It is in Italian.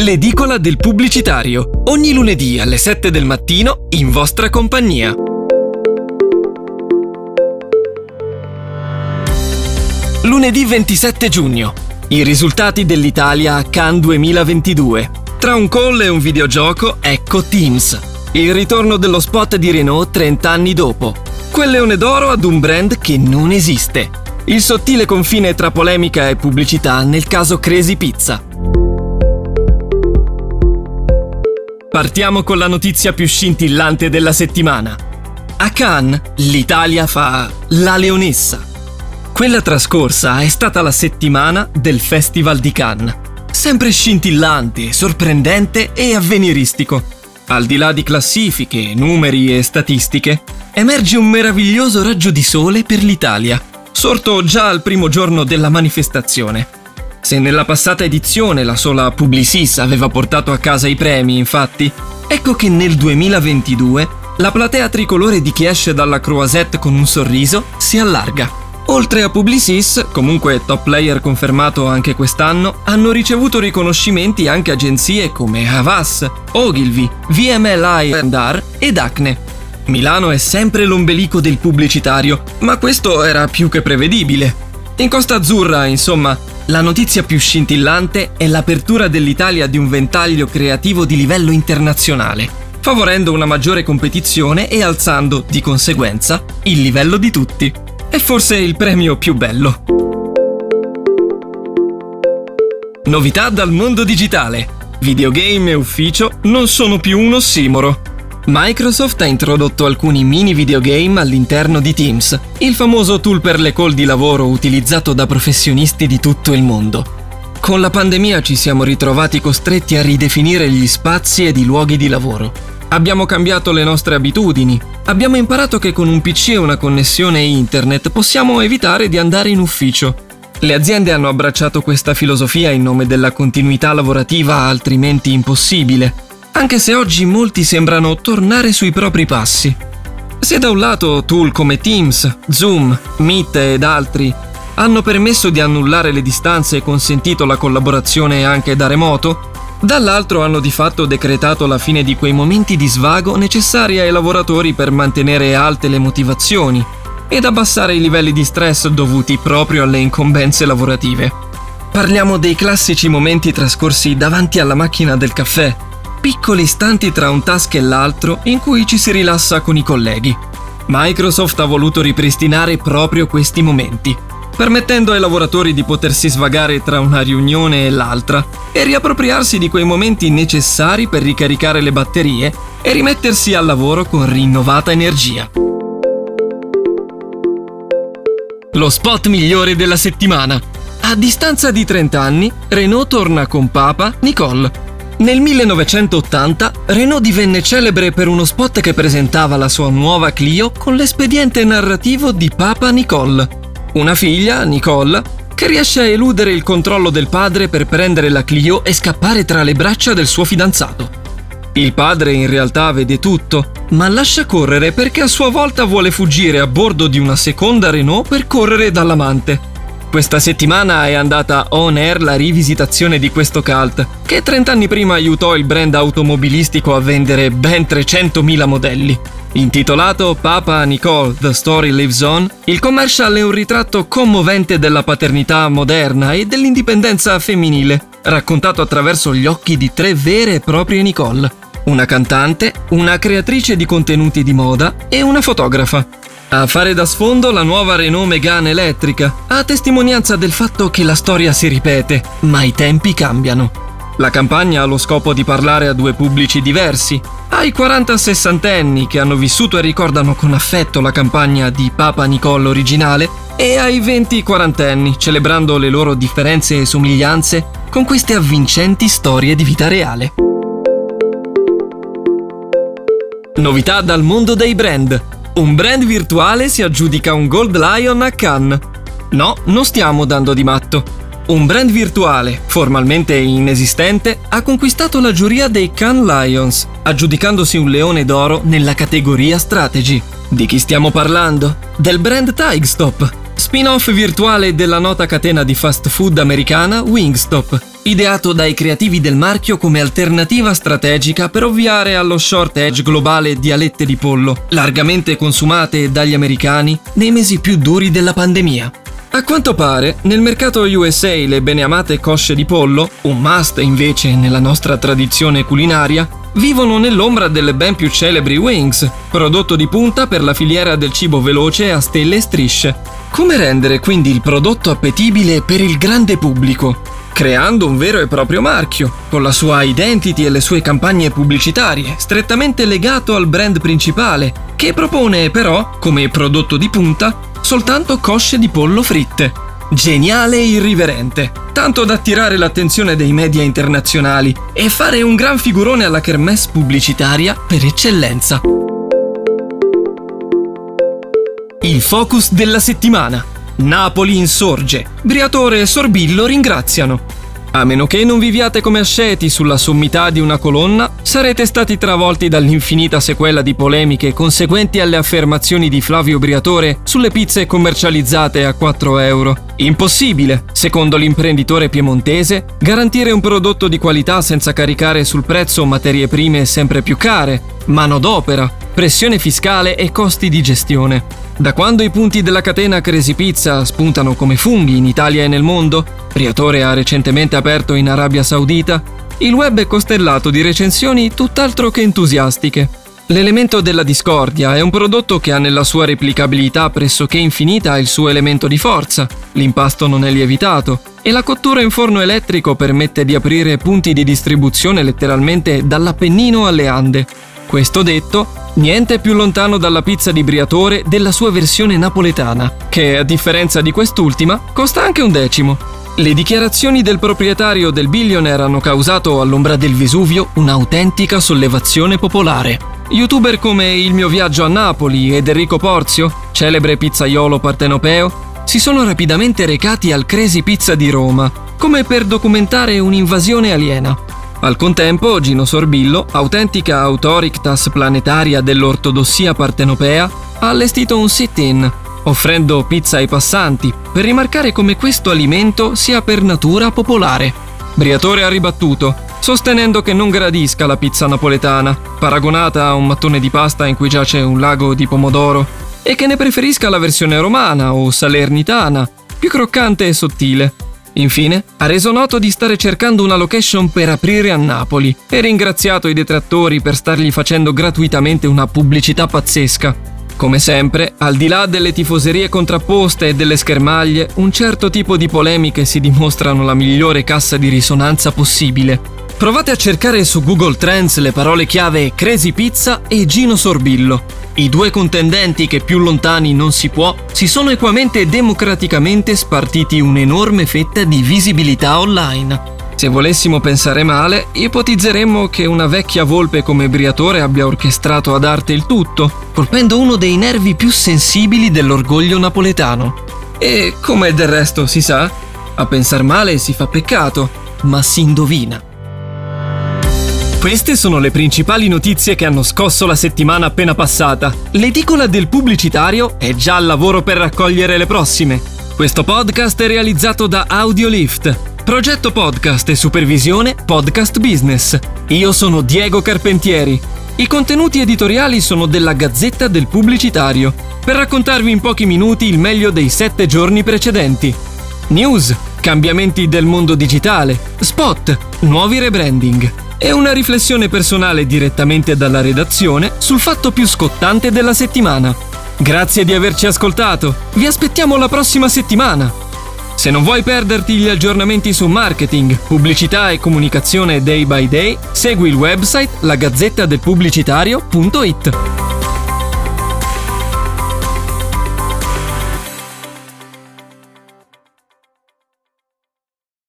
l'edicola del pubblicitario, ogni lunedì alle 7 del mattino in vostra compagnia. Lunedì 27 giugno. I risultati dell'Italia a Cannes 2022. Tra un call e un videogioco, ecco Teams. Il ritorno dello spot di Renault 30 anni dopo. Quel leone d'oro ad un brand che non esiste. Il sottile confine tra polemica e pubblicità nel caso Crazy Pizza. Partiamo con la notizia più scintillante della settimana. A Cannes, l'Italia fa la leonessa. Quella trascorsa è stata la settimana del Festival di Cannes. Sempre scintillante, sorprendente e avveniristico. Al di là di classifiche, numeri e statistiche, emerge un meraviglioso raggio di sole per l'Italia, sorto già al primo giorno della manifestazione. Se nella passata edizione la sola Publicis aveva portato a casa i premi, infatti, ecco che nel 2022 la platea tricolore di chi esce dalla Croisette con un sorriso si allarga. Oltre a Publicis, comunque top player confermato anche quest'anno, hanno ricevuto riconoscimenti anche agenzie come Havas, Ogilvy, VMLI &R ed Acne. Milano è sempre l'ombelico del pubblicitario, ma questo era più che prevedibile. In Costa Azzurra, insomma, la notizia più scintillante è l'apertura dell'Italia di un ventaglio creativo di livello internazionale, favorendo una maggiore competizione e alzando, di conseguenza, il livello di tutti. È forse il premio più bello. Novità dal mondo digitale. Videogame e ufficio non sono più un ossimoro. Microsoft ha introdotto alcuni mini videogame all'interno di Teams, il famoso tool per le call di lavoro utilizzato da professionisti di tutto il mondo. Con la pandemia ci siamo ritrovati costretti a ridefinire gli spazi ed i luoghi di lavoro. Abbiamo cambiato le nostre abitudini. Abbiamo imparato che con un PC e una connessione internet possiamo evitare di andare in ufficio. Le aziende hanno abbracciato questa filosofia in nome della continuità lavorativa altrimenti impossibile, anche se oggi molti sembrano tornare sui propri passi. Se da un lato tool come Teams, Zoom, Meet ed altri hanno permesso di annullare le distanze e consentito la collaborazione anche da remoto, dall'altro hanno di fatto decretato la fine di quei momenti di svago necessari ai lavoratori per mantenere alte le motivazioni ed abbassare i livelli di stress dovuti proprio alle incombenze lavorative. Parliamo dei classici momenti trascorsi davanti alla macchina del caffè, piccoli istanti tra un task e l'altro in cui ci si rilassa con i colleghi. Microsoft ha voluto ripristinare proprio questi momenti, permettendo ai lavoratori di potersi svagare tra una riunione e l'altra e riappropriarsi di quei momenti necessari per ricaricare le batterie e rimettersi al lavoro con rinnovata energia. Lo spot migliore della settimana. A distanza di 30 anni, Renault torna con Papa Nicole. Nel 1980 Renault divenne celebre per uno spot che presentava la sua nuova Clio con l'espediente narrativo di Papa Nicole, una figlia, Nicole, che riesce a eludere il controllo del padre per prendere la Clio e scappare tra le braccia del suo fidanzato. Il padre in realtà vede tutto, ma lascia correre perché a sua volta vuole fuggire a bordo di una seconda Renault per correre dall'amante. Questa settimana è andata on air la rivisitazione di questo cult, che 30 anni prima aiutò il brand automobilistico a vendere ben 300.000 modelli. Intitolato Papa Nicole, The Story Lives On, il commercial è un ritratto commovente della paternità moderna e dell'indipendenza femminile, raccontato attraverso gli occhi di 3 vere e proprie Nicole: una cantante, una creatrice di contenuti di moda e una fotografa. A fare da sfondo la nuova Renault Megane elettrica, a testimonianza del fatto che la storia si ripete, ma i tempi cambiano. La campagna ha lo scopo di parlare a 2 pubblici diversi, ai 40-60enni che hanno vissuto e ricordano con affetto la campagna di Papa Nicole originale e ai 20-40enni, celebrando le loro differenze e somiglianze con queste avvincenti storie di vita reale. Novità dal mondo dei brand. Un brand virtuale si aggiudica un Gold Lion a Cannes. No, non stiamo dando di matto. Un brand virtuale, formalmente inesistente, ha conquistato la giuria dei Cannes Lions, aggiudicandosi un leone d'oro nella categoria Strategy. Di chi stiamo parlando? Del brand Tigstop, spin-off virtuale della nota catena di fast food americana Wingstop, ideato dai creativi del marchio come alternativa strategica per ovviare allo shortage globale di alette di pollo, largamente consumate dagli americani nei mesi più duri della pandemia. A quanto pare, nel mercato USA le beneamate cosce di pollo, un must invece nella nostra tradizione culinaria, vivono nell'ombra delle ben più celebri wings, prodotto di punta per la filiera del cibo veloce a stelle e strisce. Come rendere quindi il prodotto appetibile per il grande pubblico? Creando un vero e proprio marchio, con la sua identity e le sue campagne pubblicitarie, strettamente legato al brand principale, che propone però, come prodotto di punta, soltanto cosce di pollo fritte. Geniale e irriverente, tanto da attirare l'attenzione dei media internazionali e fare un gran figurone alla kermesse pubblicitaria per eccellenza. Il focus della settimana. Napoli insorge. Briatore e Sorbillo ringraziano. A meno che non viviate come asceti sulla sommità di una colonna, sarete stati travolti dall'infinita sequela di polemiche conseguenti alle affermazioni di Flavio Briatore sulle pizze commercializzate a 4 euro. Impossibile, secondo l'imprenditore piemontese, garantire un prodotto di qualità senza caricare sul prezzo materie prime sempre più care, manodopera, pressione fiscale e costi di gestione. Da quando i punti della catena Crazy Pizza spuntano come funghi in Italia e nel mondo, Briatore ha recentemente aperto in Arabia Saudita, il web è costellato di recensioni tutt'altro che entusiastiche. L'elemento della discordia è un prodotto che ha nella sua replicabilità pressoché infinita il suo elemento di forza, l'impasto non è lievitato, e la cottura in forno elettrico permette di aprire punti di distribuzione letteralmente dall'Appennino alle Ande. Questo detto, niente più lontano dalla pizza di Briatore della sua versione napoletana, che, a differenza di quest'ultima, costa anche $10. Le dichiarazioni del proprietario del Billionaire hanno causato all'ombra del Vesuvio un'autentica sollevazione popolare. Youtuber come Il mio viaggio a Napoli ed Enrico Porzio, celebre pizzaiolo partenopeo, si sono rapidamente recati al Crazy Pizza di Roma, come per documentare un'invasione aliena. Al contempo, Gino Sorbillo, autentica autorictas planetaria dell'ortodossia partenopea, ha allestito un sit-in, offrendo pizza ai passanti, per rimarcare come questo alimento sia per natura popolare. Briatore ha ribattuto, sostenendo che non gradisca la pizza napoletana, paragonata a un mattone di pasta in cui giace un lago di pomodoro, e che ne preferisca la versione romana o salernitana, più croccante e sottile. Infine, ha reso noto di stare cercando una location per aprire a Napoli e ringraziato i detrattori per stargli facendo gratuitamente una pubblicità pazzesca. Come sempre, al di là delle tifoserie contrapposte e delle schermaglie, un certo tipo di polemiche si dimostrano la migliore cassa di risonanza possibile. Provate a cercare su Google Trends le parole chiave Crazy Pizza e Gino Sorbillo. I due contendenti che più lontani non si può si sono equamente e democraticamente spartiti un'enorme fetta di visibilità online. Se volessimo pensare male, ipotizzeremmo che una vecchia volpe come Briatore abbia orchestrato ad arte il tutto, colpendo uno dei nervi più sensibili dell'orgoglio napoletano. E, come del resto si sa, a pensar male si fa peccato, ma si indovina. Queste sono le principali notizie che hanno scosso la settimana appena passata. L'edicola del pubblicitario è già al lavoro per raccogliere le prossime. Questo podcast è realizzato da Audiolift. Progetto podcast e supervisione Podcast Business. Io sono Diego Carpentieri. I contenuti editoriali sono della Gazzetta del Pubblicitario, per raccontarvi in pochi minuti il meglio dei 7 giorni precedenti. News, cambiamenti del mondo digitale, spot, nuovi rebranding e una riflessione personale direttamente dalla redazione sul fatto più scottante della settimana. Grazie di averci ascoltato, vi aspettiamo la prossima settimana. Se non vuoi perderti gli aggiornamenti su marketing, pubblicità e comunicazione day by day, segui il website lagazzettadelpubblicitario.it.